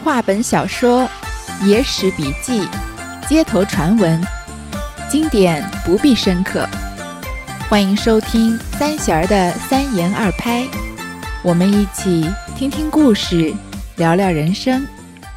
话本小说、野史笔记、街头传闻，经典不必深刻。欢迎收听三弦儿的三言二拍，我们一起听听故事，聊聊人生。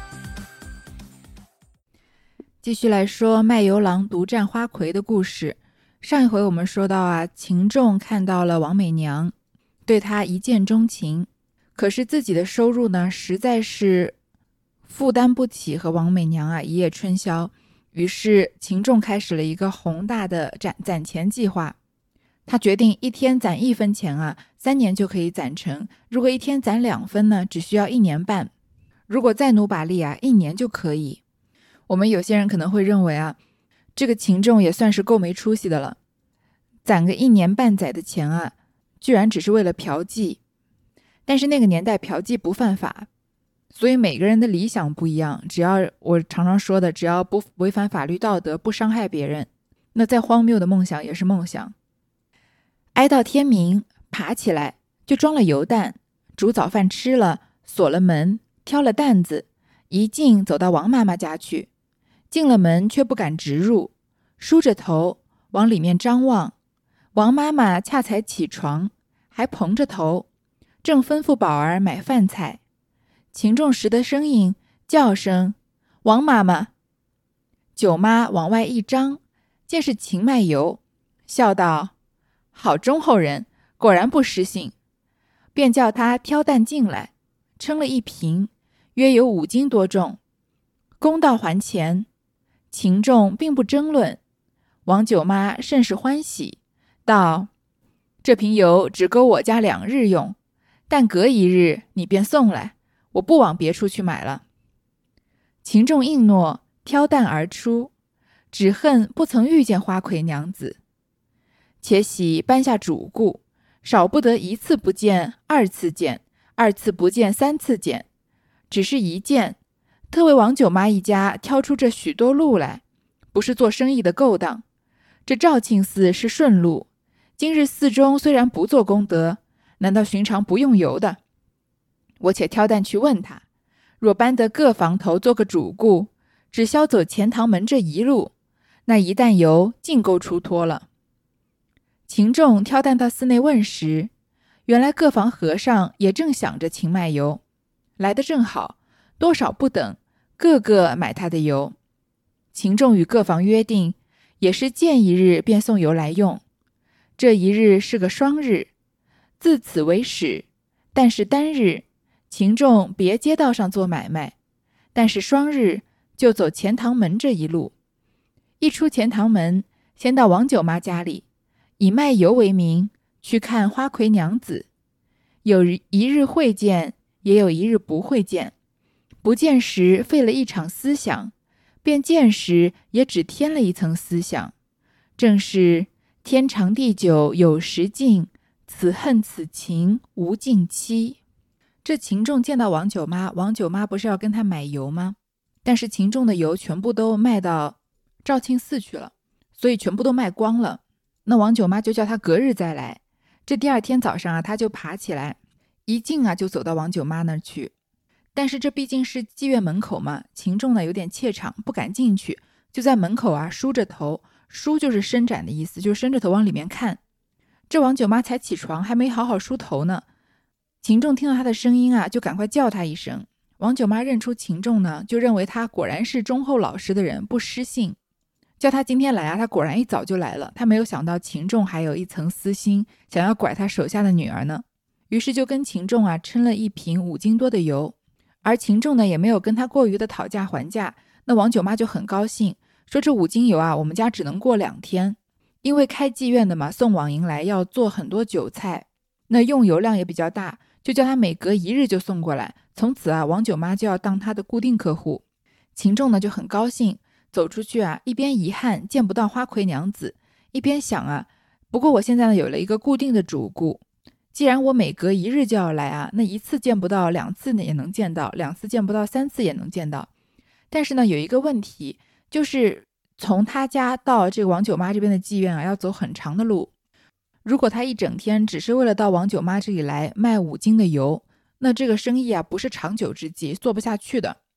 继续来说卖油郎独占花魁的故事。上一回我们说到秦仲看到了王美娘，对她一见钟情，可是自己的收入呢，实在是负担不起和王美娘一夜春宵。于是秦仲开始了一个宏大的攒钱计划。他决定一天攒1分钱3年就可以攒成，如果一天攒2分呢，只需要1年半，如果再努把力1年就可以。我们有些人可能会认为这个秦仲也算是够没出息的了，攒个1年半载的钱居然只是为了嫖妓。但是那个年代嫖妓不犯法，所以每个人的理想不一样，只要我常常说的，只要不违反法律道德，不伤害别人，那再荒谬的梦想也是梦想。挨到天明，爬起来就装了油蛋，煮早饭吃了，锁了门，挑了担子，一径走到王妈妈家去。进了门却不敢直入，梳着头往里面张望。王妈妈恰才起床，还蓬着头，正吩咐宝儿买饭菜。秦仲识得声音，叫声王妈妈。舅妈往外一张，见是秦卖油，笑道：好忠厚人，果然不失信。便叫他挑担进来，称了1瓶，约有5斤多重。公道还钱，秦仲并不争论。王舅妈甚是欢喜，道：这瓶油只够我家2日用，但隔1日你便送来，我不往别处去买了。秦仲应诺，挑担而出，只恨不曾遇见花魁娘子。且喜搬下主顾，少不得1次不见2次见，2次不见3次见，只是一见，特为王舅妈一家挑出这许多路来，不是做生意的勾当。这肇庆寺是顺路，今日寺中虽然不做功德，难道寻常不用油的？我且挑担去问他，若搬得各房头做个主顾，只消走钱塘门这一路，那1担油尽够出脱了。秦仲挑担到寺内问时，原来各房和尚也正想着秦卖油，来得正好，多少不等，个个买他的油。秦仲与各房约定，也是见1日便送油来用。这1日是个双日，自此为始，但是单日秦仲别街道上做买卖，但是双日就走钱塘门这一路。一出钱塘门，先到王舅妈家里，以卖油为名去看花魁娘子。有1日会见，也有1日不会见。不见时费了一场思想，便见时也只添了一层思想，正是天长地久有时尽，此恨此情无尽期。这秦仲见到王舅妈，王舅妈不是要跟他买油吗？但是秦仲的油全部都卖到肇庆寺去了，所以全部都卖光了。那王舅妈就叫他隔日再来。这第2天早上他就爬起来，一进就走到王舅妈那儿去。但是这毕竟是妓院门口嘛，秦仲呢有点怯场，不敢进去，就在门口梳着头，梳就是伸展的意思，就是伸着头往里面看。这王舅妈才起床，还没好好梳头呢。秦仲听到他的声音就赶快叫他一声。王舅妈认出秦仲呢，就认为他果然是忠厚老实的人，不失信，叫他今天来他果然一早就来了。他没有想到秦仲还有一层私心，想要拐他手下的女儿呢。于是就跟秦仲称了1瓶5斤多的油。而秦仲呢也没有跟他过于的讨价还价。那王舅妈就很高兴，说这5斤油我们家只能过2天，因为开妓院的嘛，送网银来要做很多酒菜，那用油量也比较大，就叫他每隔1日就送过来。从此王舅妈就要当他的固定客户。秦仲呢就很高兴，走出去一边遗憾见不到花魁娘子，一边想不过我现在呢有了一个固定的主顾，既然我每隔1日就要来那1次见不到2次也能见到，2次见不到3次也能见到。但是呢有一个问题，就是从他家到这个王舅妈这边的妓院要走很长的路。如果他一整天只是为了到王舅妈这里来卖5斤的油，那这个生意不是长久之计，做不下去的。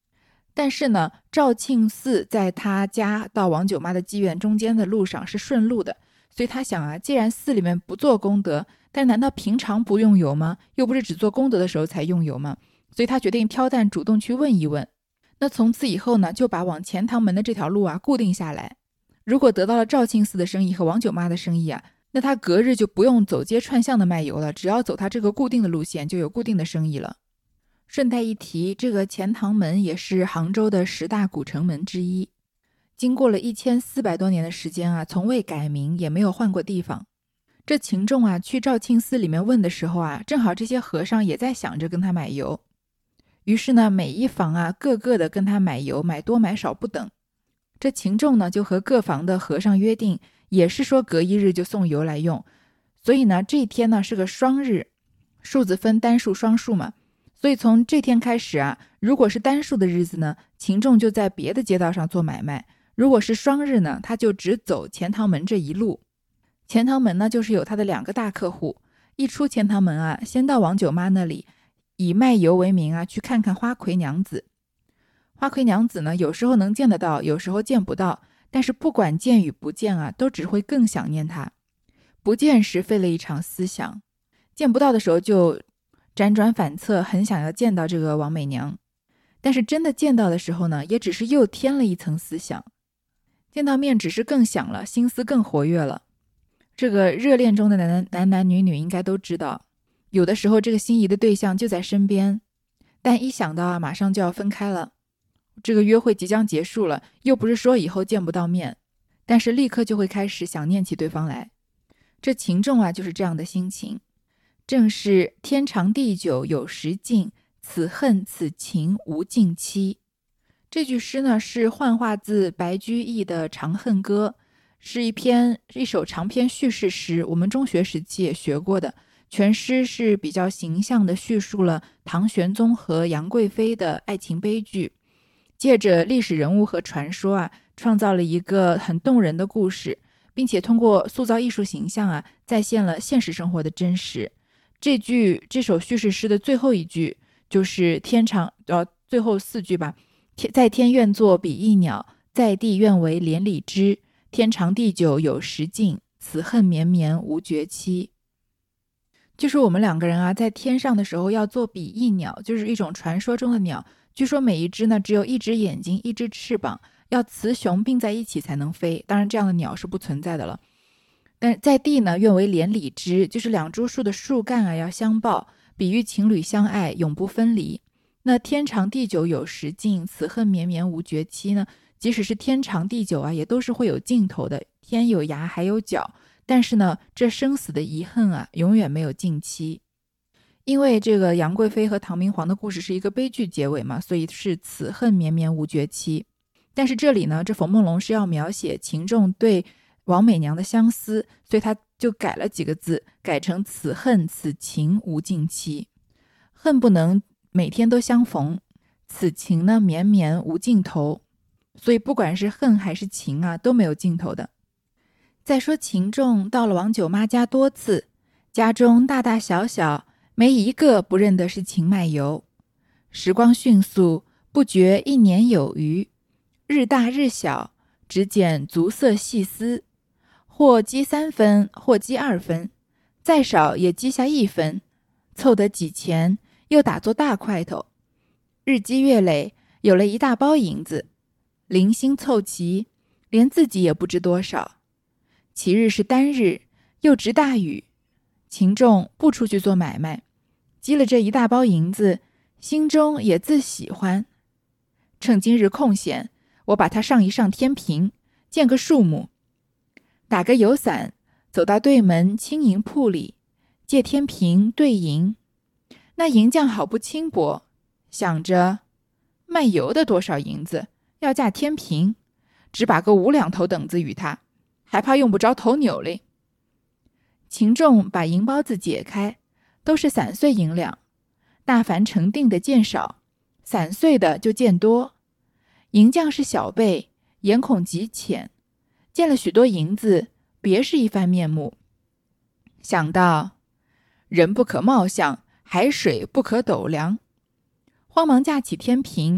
但是呢，赵庆嗣在他家到王九妈的妓院中间的路上是顺路的，所以他想啊，既然寺里面不做功德，但难道平常不用油吗？又不是只做功德的时候才用油吗？所以他决定挑担主动去问一问。那从此以后呢，就把往钱塘门的这条路啊固定下来。如果得到了赵庆嗣的生意和王九妈的生意啊，那他隔日就不用走街串巷的卖油了，只要走他这个固定的路线，就有固定的生意了。顺带一提，这个钱塘门也是杭州的10大古城门之一，经过了1400多年的时间啊，从未改名，也没有换过地方。这秦仲啊去赵庆寺里面问的时候啊，正好这些和尚也在想着跟他买油，于是呢，每一房啊个个的跟他买油，买多买少不等。这秦仲呢就和各房的和尚约定，也是说隔一日就送油来用，所以呢这一天呢是个双日，数字分单数双数嘛。所以从这天开始啊，如果是单数的日子呢，秦仲就在别的街道上做买卖；如果是双日呢，他就只走钱塘门这一路。钱塘门呢，就是有他的2个大客户，一出钱塘门啊，先到王九妈那里，以卖油为名啊，去看看花魁娘子。花魁娘子呢，有时候能见得到，有时候见不到，但是不管见与不见啊，都只会更想念她。不见时费了一场思想，见不到的时候就辗转反侧，很想要见到这个王美娘，但是真的见到的时候呢，也只是又添了一层思想。见到面只是更想了，心思更活跃了。这个热恋中的男女应该都知道，有的时候这个心仪的对象就在身边，但一想到啊马上就要分开了，这个约会即将结束了，又不是说以后见不到面，但是立刻就会开始想念起对方来。这秦仲啊就是这样的心情。正是天长地久有时尽，此恨此情无尽期。这句诗呢是幻化自白居易的《长恨歌》，是一首长篇叙事诗，我们中学时期也学过的。全诗是比较形象地叙述了唐玄宗和杨贵妃的爱情悲剧，借着历史人物和传说啊，创造了一个很动人的故事，并且通过塑造艺术形象啊，再现了现实生活的真实。这首叙事诗的最后一句就是最后4句吧，在天愿作比翼鸟，在地愿为连理枝，天长地久有时尽，此恨绵绵无绝期。就是我们2个人啊，在天上的时候要做比翼鸟，就是一种传说中的鸟，据说每一只呢只有1只眼睛1只翅膀，要雌雄并在一起才能飞，当然这样的鸟是不存在的了。但在地呢，愿为连理枝，就是2株树的树干啊要相抱，比喻情侣相爱，永不分离。那天长地久有时尽，此恨绵绵无绝期呢？即使是天长地久啊，也都是会有尽头的。天有涯还有角，但是呢，这生死的遗恨啊，永远没有尽期。因为这个杨贵妃和唐明皇的故事是一个悲剧结尾嘛，所以是此恨绵绵无绝期。但是这里呢，这冯梦龙是要描写秦仲对王美娘的相思，所以他就改了几个字，改成此恨此情无尽期。恨不能每天都相逢，此情呢绵绵无尽头，所以不管是恨还是情啊，都没有尽头的。再说秦仲到了王九妈家多次，家中大大小小没一个不认得是秦卖油。时光迅速，不觉1年有余，日大日小，只捡足色细丝，或积3分，或积2分，再少也积下1分，凑得几钱，又打作大块头。日积月累，有了一大包银子，零星凑齐，连自己也不知多少。其日是单日，又值大雨，秦仲不出去做买卖，积了这一大包银子，心中也自喜欢。趁今日空闲，我把它上一上天平，见个数目。打个油伞，走到对门青银铺里，借天平对银。那银匠好不轻薄，想着卖油的多少银子，要价天平，只把个5两头等子与他，还怕用不着头纽嘞。秦仲把银包子解开，都是散碎银两，大凡成定的见少，散碎的就见多。银匠是小辈，眼孔极浅，见了许多银子，别是一番面目。想到人不可貌相，海水不可斗量，慌忙架起天平，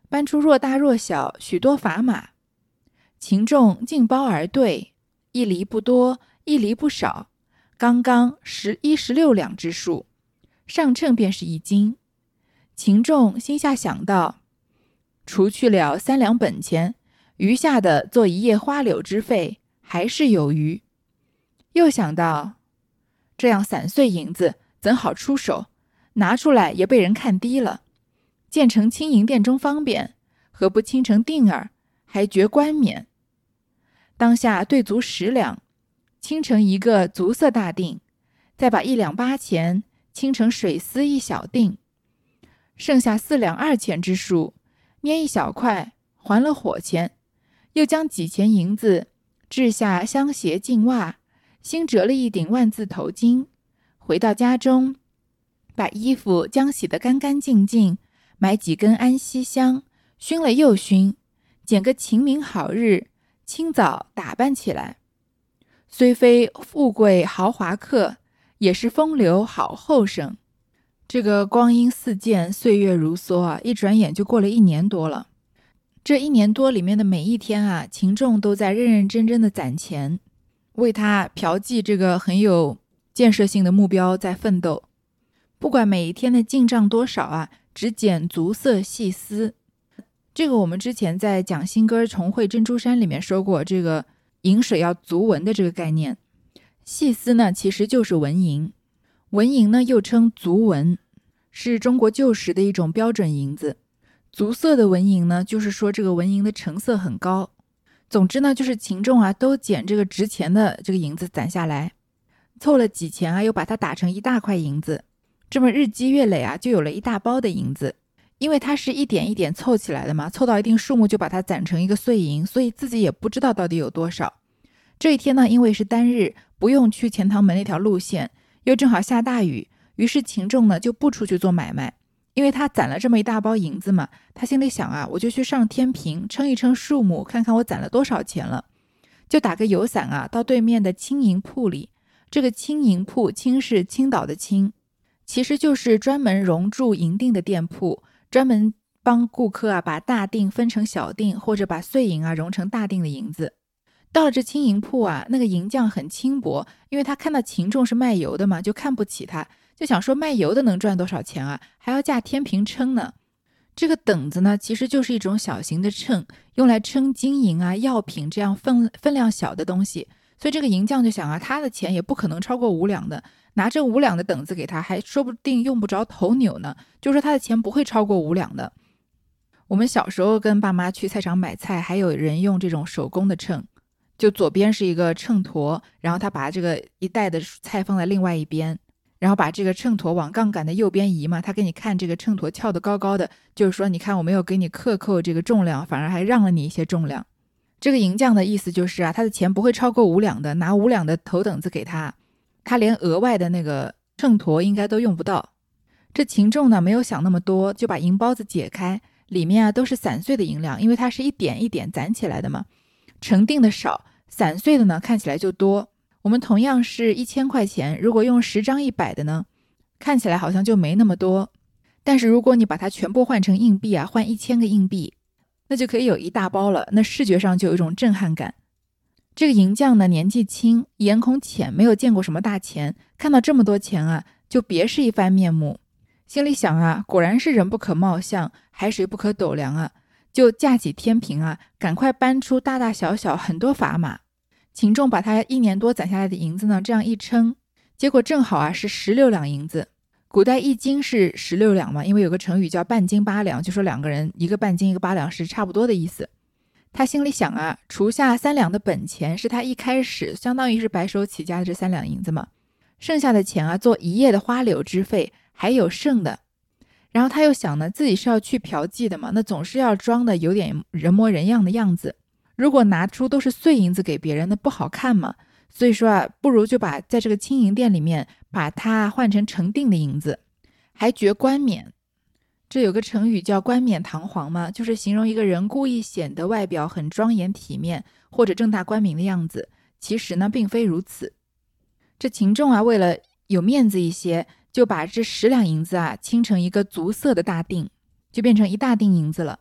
搬出若大若小许多砝码，秦仲尽包而对，一厘不多，一厘不少，刚刚16两之数，上称便是1斤。秦仲心下想到，除去了3两本钱，余下的做1夜花柳之费，还是有余。又想到，这样散碎银子怎好出手，拿出来也被人看低了。建成清银店中方便，何不清成定儿，还觉冠冕。当下兑足10两，清成一个足色大锭，再把1两8钱清成水丝一小锭，剩下4两2钱之数，捏一小块还了火钱，又将几钱银子置下香鞋净袜，新折了一顶万字头巾，回到家中，把衣服将洗得干干净净，买几根安息香，熏了又熏，拣个晴明好日，清早打扮起来。虽非富贵豪华客，也是风流好后生。这个光阴似箭，岁月如梭啊，一转眼就过了1年多了。这1年多里面的每一天啊，秦仲都在认认真真的攒钱，为他嫖妓这个很有建设性的目标在奋斗。不管每一天的进账多少啊，只捡足色细丝。这个我们之前在讲新歌重会珍珠山里面说过，这个银水要足纹的这个概念。细丝呢其实就是纹银，纹银呢又称足纹，是中国旧时的一种标准银子。足色的纹银呢，就是说这个纹银的成色很高。总之呢，就是秦仲啊都捡这个值钱的这个银子攒下来，凑了几钱啊，又把它打成一大块银子，这么日积月累啊，就有了一大包的银子。因为它是一点一点凑起来的嘛，凑到一定数目就把它攒成一个碎银，所以自己也不知道到底有多少。这一天呢，因为是单日，不用去钱塘门那条路线，又正好下大雨，于是秦仲呢就不出去做买卖。因为他攒了这么一大包银子嘛，他心里想啊，我就去上天平称一称数目，看看我攒了多少钱了。就打个油伞啊，到对面的青银铺里。这个青银铺，青是青岛的青，其实就是专门熔铸银锭的店铺，专门帮顾客啊把大锭分成小锭，或者把碎银啊熔成大锭的银子。到了这青银铺啊，那个银匠很轻薄，因为他看到秦仲是卖油的嘛，就看不起他，就想说卖油的能赚多少钱啊，还要架天平称呢。这个等子呢，其实就是一种小型的秤，用来称金银啊、药品这样分量小的东西。所以这个银匠就想啊，他的钱也不可能超过5两的，拿这5两的等子给他，还说不定用不着头纽呢，就说他的钱不会超过5两的。我们小时候跟爸妈去菜场买菜，还有人用这种手工的秤，就左边是一个秤砣，然后他把这个一袋的菜放在另外一边，然后把这个秤砣往杠杆的右边移嘛，他给你看这个秤砣翘得高高的，就是说你看我没有给你克扣这个重量，反而还让了你一些重量。这个银匠的意思就是啊，他的钱不会超过5两的，拿5两的头等子给他，他连额外的那个秤砣应该都用不到。这秦仲呢没有想那么多，就把银包子解开，里面啊都是散碎的银两，因为它是一点一点攒起来的嘛，成锭的少，散碎的呢看起来就多。我们同样是1000块钱，如果用10张100的呢，看起来好像就没那么多。但是如果你把它全部换成硬币啊，换1000个硬币，那就可以有一大包了，那视觉上就有一种震撼感。这个银匠呢年纪轻，眼孔浅，没有见过什么大钱，看到这么多钱啊，就别是一番面目。心里想啊，果然是人不可貌相，海水不可斗量啊，就架起天平啊，赶快搬出大大小小很多砝码。秦仲把他1年多攒下来的银子呢，这样一称，结果正好啊是16两银子。古代1斤是16两嘛，因为有个成语叫半斤8两，就说2个人一个半斤一个8两是差不多的意思。他心里想啊，除下3两的本钱是他一开始相当于是白手起家的这3两银子嘛，剩下的钱啊做1夜的花柳之费还有剩的。然后他又想呢，自己是要去嫖妓的嘛，那总是要装的有点人模人样的样子，如果拿出都是碎银子给别人，那不好看嘛。所以说啊，不如就把在这个青银店里面把它换成成锭的银子，还觉冠冕。这有个成语叫冠冕堂皇嘛，就是形容一个人故意显得外表很庄严体面或者正大光明的样子，其实呢并非如此。这秦仲啊为了有面子一些，就把这10两银子啊清成一个足色的大锭，就变成一大锭银子了。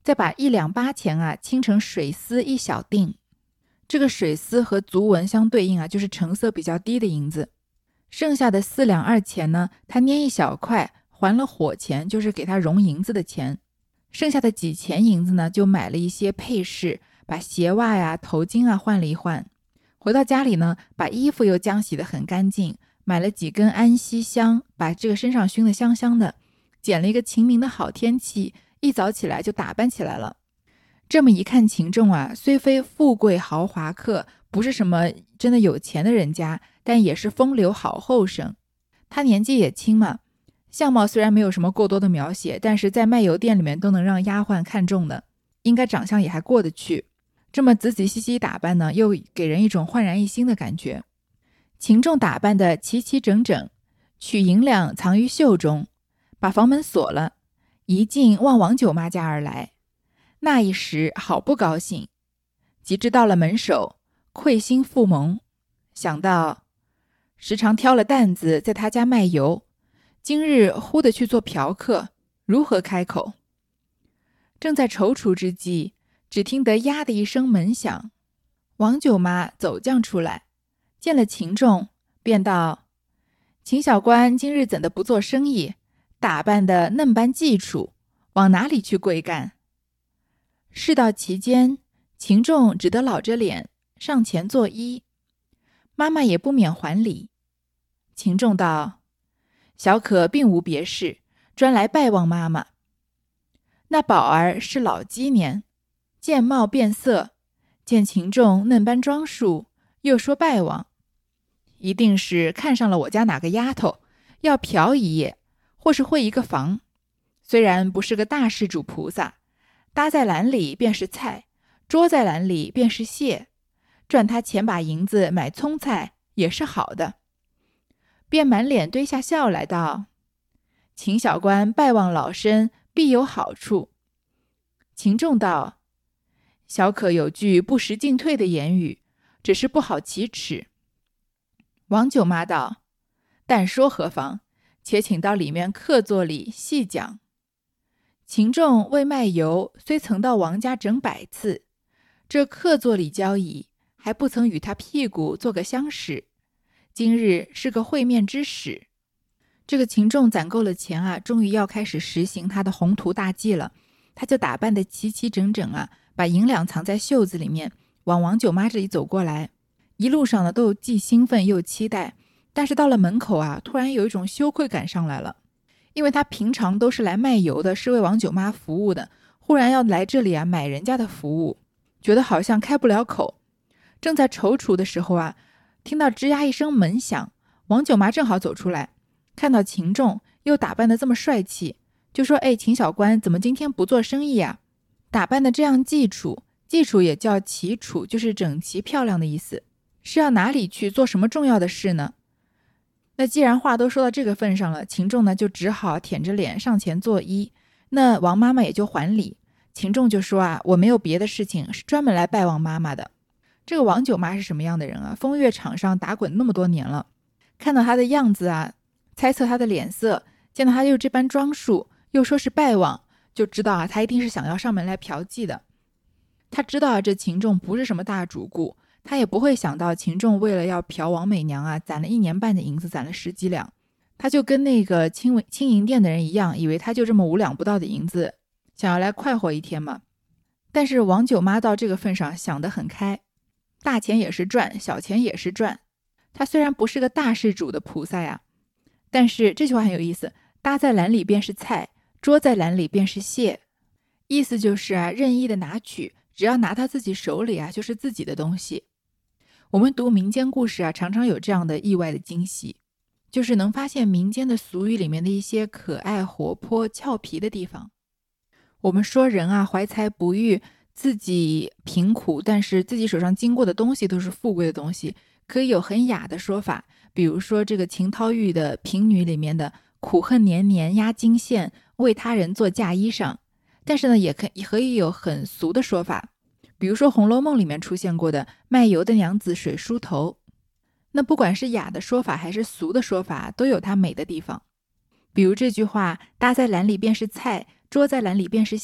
再把1两8钱啊清成水丝1小锭。这个水丝和足纹相对应啊，就是成色比较低的银子。剩下的4两2钱呢，他捏一小块还了火钱，就是给他熔银子的钱。剩下的几钱银子呢，就买了一些配饰，把鞋袜呀、头巾啊换了一换。回到家里呢，把衣服又浆洗得很干净，买了几根安息香，把这个身上熏得香香的。捡了一个晴明的好天气，一早起来就打扮起来了。这么一看，秦仲啊，虽非富贵豪华客，不是什么真的有钱的人家，但也是风流好后生。他年纪也轻嘛，相貌虽然没有什么过多的描写，但是在卖油店里面都能让丫鬟看中的，应该长相也还过得去。这么仔仔细细打扮呢，又给人一种焕然一新的感觉。秦仲打扮得齐齐整整，取银两藏于袖中，把房门锁了，一径往王九妈家而来。那一时好不高兴，及至到了门首，愧心复萌，想到时常挑了担子在他家卖油，今日忽地去做嫖客，如何开口？正在踌躇之际，只听得呀的一声门响，王九妈走将出来，见了秦仲，便道：秦小官今日怎的不做生意，打扮得嫩般季楚，往哪里去贵干？事到其间，秦仲只得老着脸上前作揖，妈妈也不免还礼。秦仲道：小可并无别事，专来拜望妈妈。那宝儿是老鸡年，见貌变色，见秦仲嫩般装束，又说拜望，一定是看上了我家哪个丫头，要嫖一夜，或是会一个房。虽然不是个大施主菩萨，搭在篮里便是菜，捉在篮里便是蟹，赚他钱把银子买葱菜也是好的。便满脸堆下笑来道：秦小官拜望老身，必有好处。秦仲道：小可有句不识进退的言语，只是不好启齿。王九妈道：但说何妨，且请到里面客座里细讲。秦仲为卖油，虽曾到王家整100次，这客座里交谊，还不曾与他屁股做个相识。今日是个会面之时。这个秦仲攒够了钱啊，终于要开始实行他的宏图大计了。他就打扮得齐齐整整啊，把银两藏在袖子里面，往王九妈这里走过来。一路上呢，都既兴奋又期待，但是到了门口啊，突然有一种羞愧感上来了。因为他平常都是来卖油的，是为王九妈服务的，忽然要来这里啊买人家的服务，觉得好像开不了口。正在踌躇的时候啊，听到吱呀一声门响，王九妈正好走出来，看到秦仲又打扮得这么帅气，就说：秦小官怎么今天不做生意啊？打扮得这样季楚，季楚也叫齐楚，就是整齐漂亮的意思，是要哪里去做什么重要的事呢？那既然话都说到这个份上了，秦仲呢就只好舔着脸上前作揖。那王妈妈也就还礼。秦仲就说啊，我没有别的事情，是专门来拜望妈妈的。这个王九妈是什么样的人啊？风月场上打滚那么多年了，看到她的样子啊，猜测她的脸色，见到她又这般装束，又说是拜望，就知道啊，她一定是想要上门来嫖妓的。她知道啊，这秦仲不是什么大主顾，他也不会想到秦仲为了要嫖王美娘啊，攒了1年半的银子，攒了10几两。他就跟那个清银店的人一样，以为他就这么5两不到的银子，想要来快活一天嘛。但是王九妈到这个份上想得很开，大钱也是赚，小钱也是赚。他虽然不是个大施主的菩萨呀，但是这句话很有意思，搭在篮里便是菜，捉在篮里便是蟹。意思就是啊，任意的拿取，只要拿到自己手里啊，就是自己的东西。我们读民间故事啊，常常有这样的意外的惊喜，就是能发现民间的俗语里面的一些可爱、活泼、俏皮的地方。我们说人啊，怀才不遇，自己贫苦，但是自己手上经过的东西都是富贵的东西，可以有很雅的说法。比如说这个秦涛玉的《平女》里面的苦恨年年压金线，为他人做嫁衣裳。但是呢，也可以有很俗的说法。比如说《红楼梦》里面出现过的卖油的娘子水梳头。那不管是雅的说法还是俗的说法，都有它美的地方。比如这句话，搭在篮里便是菜，捉在篮里便是蟹，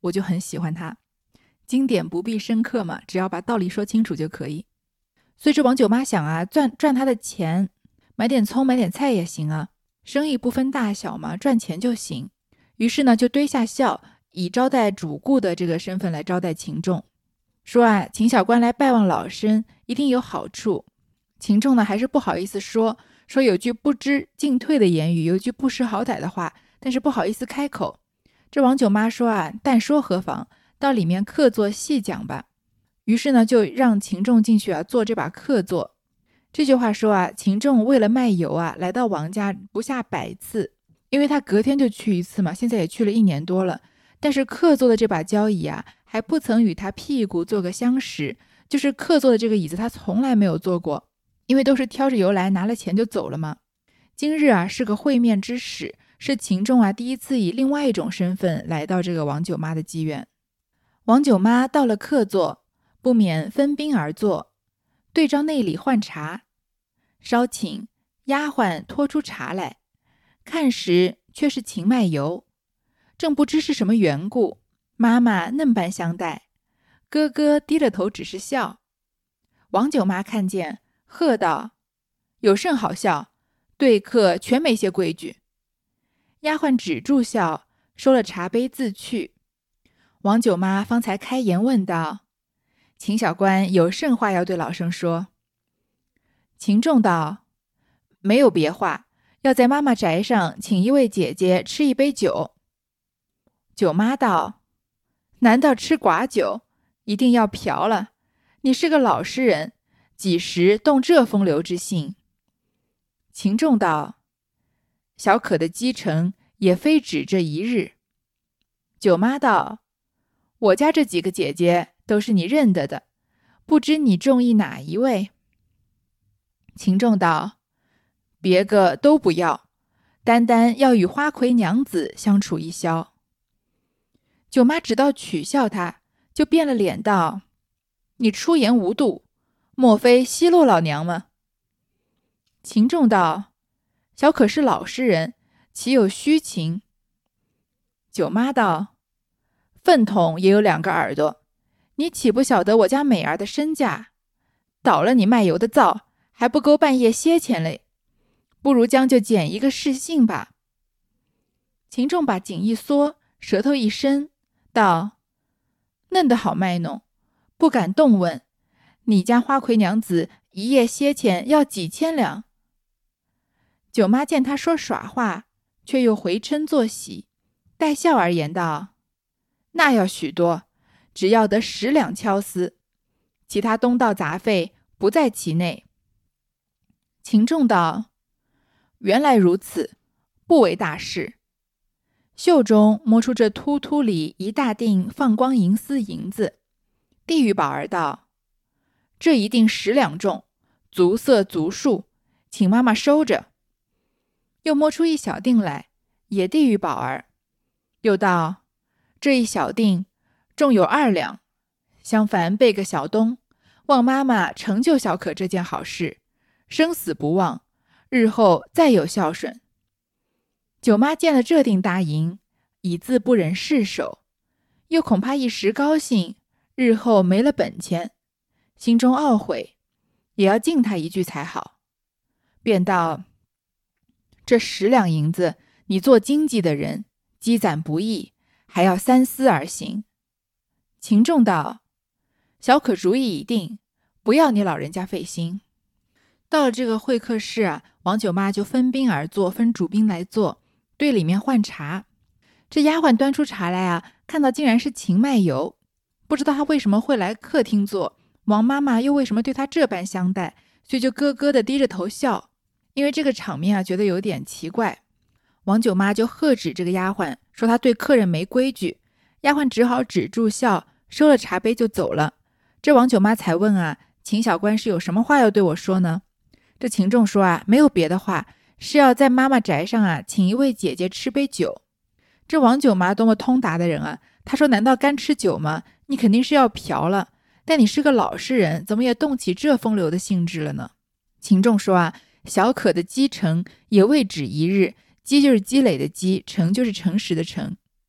我就很喜欢他。经典不必深刻嘛，只要把道理说清楚就可以。所以这王九妈想啊，赚他的钱，买点葱买点菜也行啊，生意不分大小嘛，赚钱就行。于是呢，就堆下孝，以招待主顾的这个身份来招待秦仲，说啊，秦小官来拜望老身，一定有好处。秦仲呢，还是不好意思说有句不知进退的言语，有句不识好歹的话，但是不好意思开口。这王九妈说啊，但说何妨，到里面客座细讲吧。于是呢，就让秦仲进去啊，做这把客座。这句话说啊，秦仲为了卖油啊，来到王家不下100次，因为他隔天就去一次嘛，现在也去了1年多了。但是客座的这把交椅啊，还不曾与他屁股做个相识，就是客座的这个椅子他从来没有坐过，因为都是挑着油来，拿了钱就走了嘛。今日啊，是个会面之始，是秦仲啊第一次以另外一种身份来到这个王九妈的妓院。王九妈到了客座，不免分宾而坐，对照内里换茶，稍请丫鬟拖出茶来，看时却是秦卖油，正不知是什么缘故，妈妈嫩般相待，哥哥低了头只是笑。王九妈看见，喝道：“有甚好笑？对客全没些规矩。”丫鬟止住笑，收了茶杯自去。王九妈方才开言问道：“秦小官有甚话要对老生说？”秦仲道：“没有别话，要在妈妈宅上请一位姐姐吃一杯酒。”九妈道：“难道吃寡酒？一定要嫖了？你是个老实人，几时动这风流之性？”秦仲道：“小可的积成也非止这一日。”九妈道：“我家这几个姐姐都是你认得的，不知你中意哪一位？”秦仲道：“别个都不要，单单要与花魁娘子相处一宵。”九妈只道取笑他，就变了脸道：“你出言无度，莫非奚落老娘吗？”秦仲道：“小可是老实人，岂有虚情？”九妈道：“粪桶也有2个耳朵，你岂不晓得我家美儿的身价？倒了你卖油的灶，还不够半夜歇钱嘞，不如将就捡一个试性吧。”秦仲把颈一缩，舌头一伸，道：“嫩得好卖弄，不敢动问。你家花魁娘子一夜歇钱要几千两？”九妈见他说耍话，却又回嗔作喜，带笑而言道：“那要许多，只要得10两敲丝，其他东道杂费不在其内。”秦仲道：“原来如此，不为大事。”袖中摸出这突突里一大锭放光银丝银子，递与宝儿道：“这一定10两重，足色足数，请妈妈收着。”又摸出一小锭来，也递与宝儿，又道：“这一小锭重有2两，相反备个小东，望妈妈成就小可这件好事，生死不忘，日后再有孝顺。”九妈见了这锭大银，已自不忍释手，又恐怕一时高兴，日后没了本钱，心中懊悔，也要敬他一句才好，便道：“这10两银子，你做经济的人，积攒不易，还要三思而行。”秦仲道：“小可主意已定，不要你老人家费心。”到了这个会客室啊，王九妈就分宾而坐，分主宾来坐，对里面换茶。这丫鬟端出茶来啊，看到竟然是秦卖油，不知道他为什么会来客厅坐，王妈妈又为什么对他这般相待，所以就咯咯的低着头笑。因为这个场面啊，觉得有点奇怪，王九妈就喝止这个丫鬟，说她对客人没规矩。丫鬟只好止住笑，收了茶杯就走了。这王九妈才问啊，秦小官是有什么话要对我说呢？这秦仲说啊，没有别的话，是要在妈妈宅上啊，请一位姐姐吃杯酒。这王九妈多么通达的人啊，她说难道干吃酒吗？你肯定是要嫖了，但你是个老实人，怎么也动起这风流的兴致了呢？秦仲说啊，小可的积成也未止一日，积就是积累的积，诚就是诚实的诚。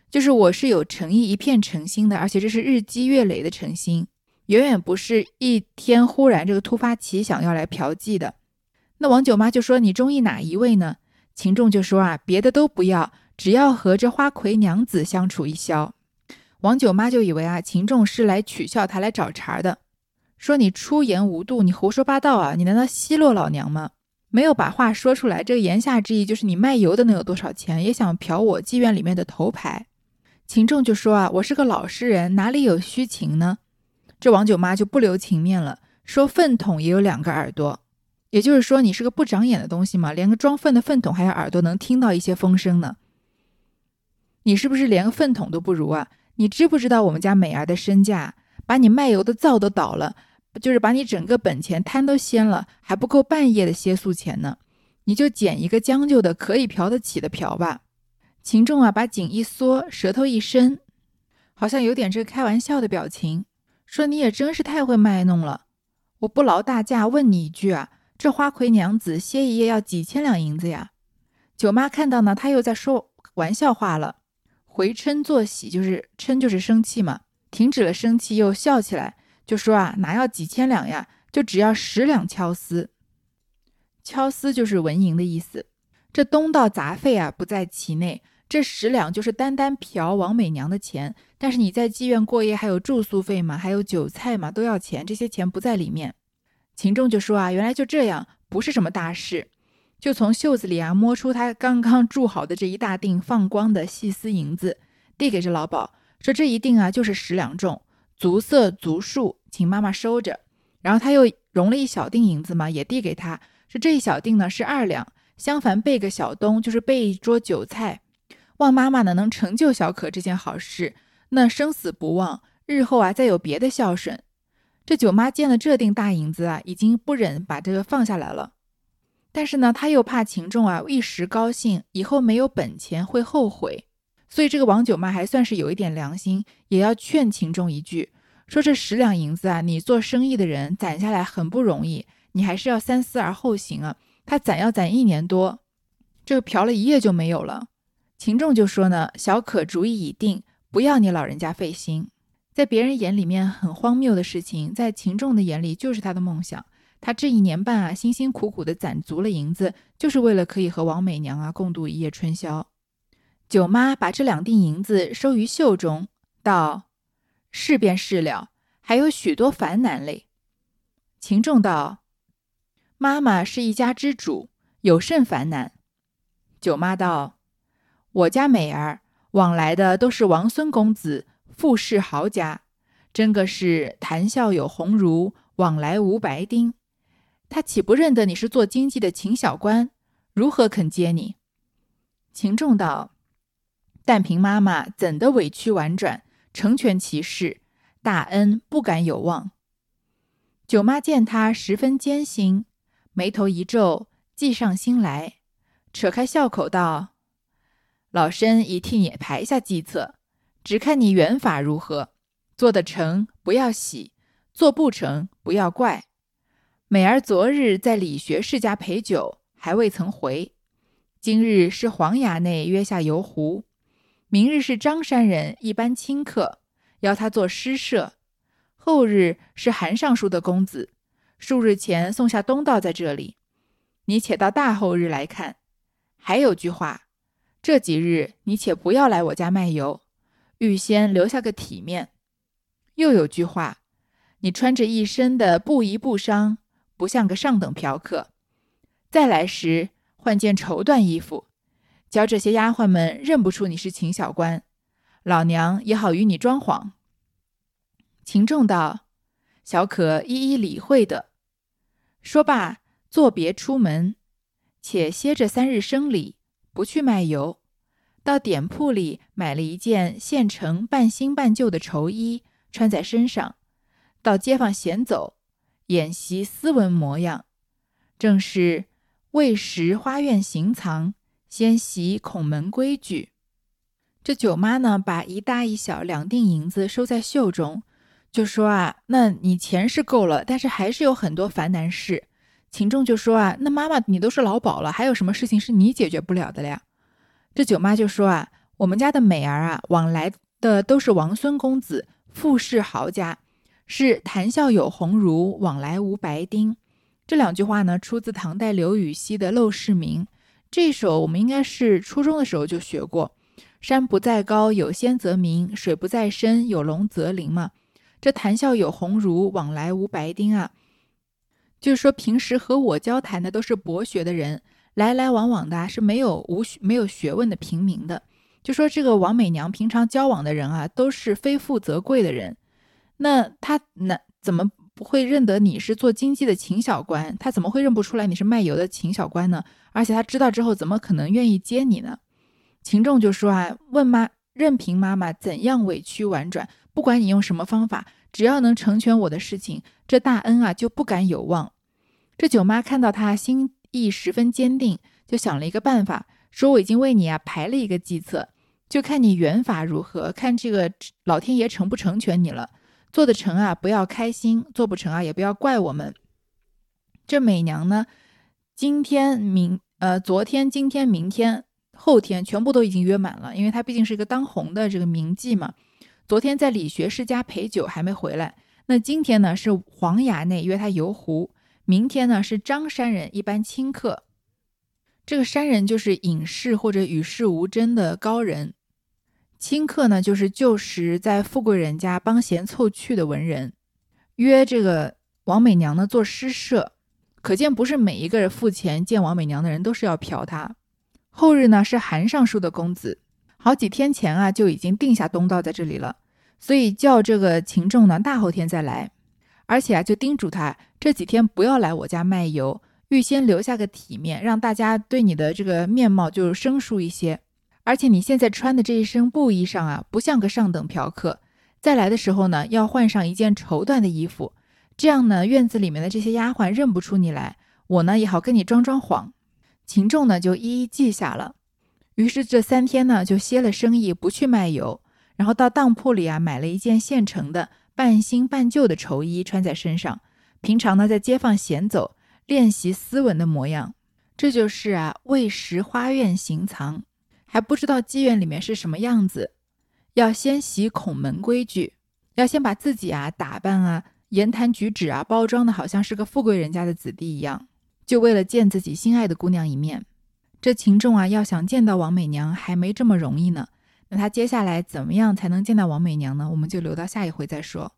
就是我是有诚意，一片诚心的，而且这是日积月累的诚心，远远不是一天忽然这个突发奇想要来嫖妓的。那王九妈就说，你中意哪一位呢？秦仲就说啊，别的都不要，只要和这花魁娘子相处一宵。王九妈就以为啊，秦仲是来取笑他，来找茬的，说你出言无度，你胡说八道啊，你难道奚落老娘吗？没有把话说出来，这个言下之意就是你卖油的能有多少钱，也想嫖我妓院里面的头牌。秦仲就说啊，我是个老实人，哪里有虚情呢？这王九妈就不留情面了，说粪桶也有2个耳朵，也就是说你是个不长眼的东西嘛，连个装粪的粪桶还有耳朵能听到一些风声呢，你是不是连个粪桶都不如啊？你知不知道我们家美儿的身价，把你卖油的灶都倒了，就是把你整个本钱摊都掀了，还不够半夜的歇宿钱呢，你就捡一个将就的可以嫖得起的嫖吧。秦仲啊，把颈一缩，舌头一伸，好像有点这个开玩笑的表情，说你也真是太会卖弄了，我不劳大驾问你一句啊，这花魁娘子歇一夜要几千两银子呀？九妈看到呢，她又在说玩笑话了，回嗔作喜，就是嗔就是生气嘛，停止了生气又笑起来，就说啊，哪要几千两呀，就只要10两敲丝。敲丝就是纹银的意思，这东道杂费啊不在其内，这10两就是单单嫖王美娘的钱，但是你在妓院过夜还有住宿费嘛，还有酒菜嘛，都要钱，这些钱不在里面。秦仲就说啊，原来就这样，不是什么大事，就从袖子里啊摸出他刚刚铸好的这一大锭放光的细丝银子，递给这老鸨，说这一锭啊就是10两重，足色足数，请妈妈收着。然后他又融了一小锭银子嘛，也递给他，说这一小锭呢是2两，相反备个小东，就是备一桌酒菜，望妈妈呢能成就小可这件好事，那生死不忘，日后啊再有别的孝顺。这九妈见了这锭大银子啊，已经不忍把这个放下来了，但是呢她又怕秦仲啊一时高兴，以后没有本钱会后悔，所以这个王九妈还算是有一点良心，也要劝秦仲一句，说这10两银子啊，你做生意的人攒下来很不容易，你还是要三思而后行啊，他攒要攒1年多，这个嫖了一夜就没有了。秦仲就说呢，小可主意已定，不要你老人家费心。在别人眼里面很荒谬的事情，在秦仲的眼里就是他的梦想。他这1年半啊，辛辛苦苦的攒足了银子，就是为了可以和王美娘啊共度一夜春宵。九妈把这2锭银子收于袖中，道：是便是了，还有许多烦难嘞。秦仲道：妈妈是一家之主，有甚烦难？九妈道：我家美儿往来的都是王孙公子富士豪家，真个是谈笑有鸿儒，往来无白丁。他岂不认得你是做经济的秦小官，如何肯接你？秦仲道：但凭妈妈怎的委屈婉转，成全其事，大恩不敢有忘。九妈见他十分艰辛，眉头一皱，计上心来，扯开笑口道：老身已替你排下计策，只看你缘法如何，做得成不要喜，做不成不要怪。美儿昨日在理学士家陪酒，还未曾回，今日是黄衙内约下游湖，明日是张山人一班亲客，邀他做诗社，后日是韩尚书的公子，数日前送下东道在这里，你且到大后日来看。还有句话，这几日你且不要来我家卖油，预先留下个体面。又有句话，你穿着一身的布衣布裳，不像个上等嫖客，再来时换件绸缎衣服，教这些丫鬟们认不出你是秦小官，老娘也好与你装谎。秦仲道：小可一一理会的。说罢作别出门，且歇着3日生理，不去卖油，到典铺里买了一件现成半新半旧的绸衣，穿在身上，到街坊闲走，演习斯文模样，正是未识花院行藏，先习孔门规矩。这九妈呢，把一大一小2锭银子收在袖中，就说啊，那你钱是够了，但是还是有很多烦难事。秦仲就说啊，那妈妈你都是老鸨了，还有什么事情是你解决不了的了呀？这九妈就说啊， 我们家的美儿啊，往来的都是王孙公子，富士豪家，是谈笑有鸿儒，往来无白丁。这两句话呢，出自唐代刘禹锡的《陋室铭》。这首我们应该是初中的时候就学过，山不在高，有仙则名；水不在深，有龙则灵嘛。这谈笑有鸿儒，往来无白丁啊，就是说平时和我交谈的都是博学的人，来来往往的是没有学问的平民的。就说这个王美娘平常交往的人啊，都是非富则贵的人，那她怎么不会认得你是做经济的秦小官？她怎么会认不出来你是卖油的秦小官呢？而且她知道之后，怎么可能愿意接你呢？秦仲就说啊，任凭妈妈怎样委屈婉转，不管你用什么方法，只要能成全我的事情，这大恩啊就不敢有忘。这九妈看到他心意十分坚定，就想了一个办法，说我已经为你啊排了一个计策，就看你缘法如何，看这个老天爷成不成全你了。做得成啊不要开心，做不成啊也不要怪我们。这美娘呢，昨天今天明天后天全部都已经约满了，因为她毕竟是一个当红的这个名妓嘛。昨天在李学士家陪酒还没回来，那今天呢是黄衙内约她游湖，明天呢是张山人一般亲客。这个山人就是隐士或者与世无争的高人，亲客呢就是旧时在富贵人家帮闲凑趣的文人。约这个王美娘呢做诗社，可见不是每一个人付钱见王美娘的人都是要嫖她。后日呢是韩尚书的公子，好几天前啊就已经定下东道在这里了，所以叫这个秦仲呢大后天再来，而且啊就叮嘱他这几天不要来我家卖油，预先留下个体面，让大家对你的这个面貌就生疏一些。而且你现在穿的这一身布衣裳啊，不像个上等嫖客，再来的时候呢要换上一件绸缎的衣服，这样呢院子里面的这些丫鬟认不出你来，我呢也好跟你装装谎。秦仲呢就一一记下了，于是这3天呢就歇了生意，不去卖油，然后到当铺里啊买了一件现成的半新半旧的绸衣穿在身上，平常呢在街坊闲走，练习斯文的模样。这就是啊未识花院行藏，还不知道妓院里面是什么样子，要先习孔门规矩，要先把自己啊打扮啊言谈举止啊包装的好像是个富贵人家的子弟一样，就为了见自己心爱的姑娘一面。这秦仲啊要想见到王美娘还没这么容易呢，那他接下来怎么样才能见到王美娘呢？我们就留到下一回再说。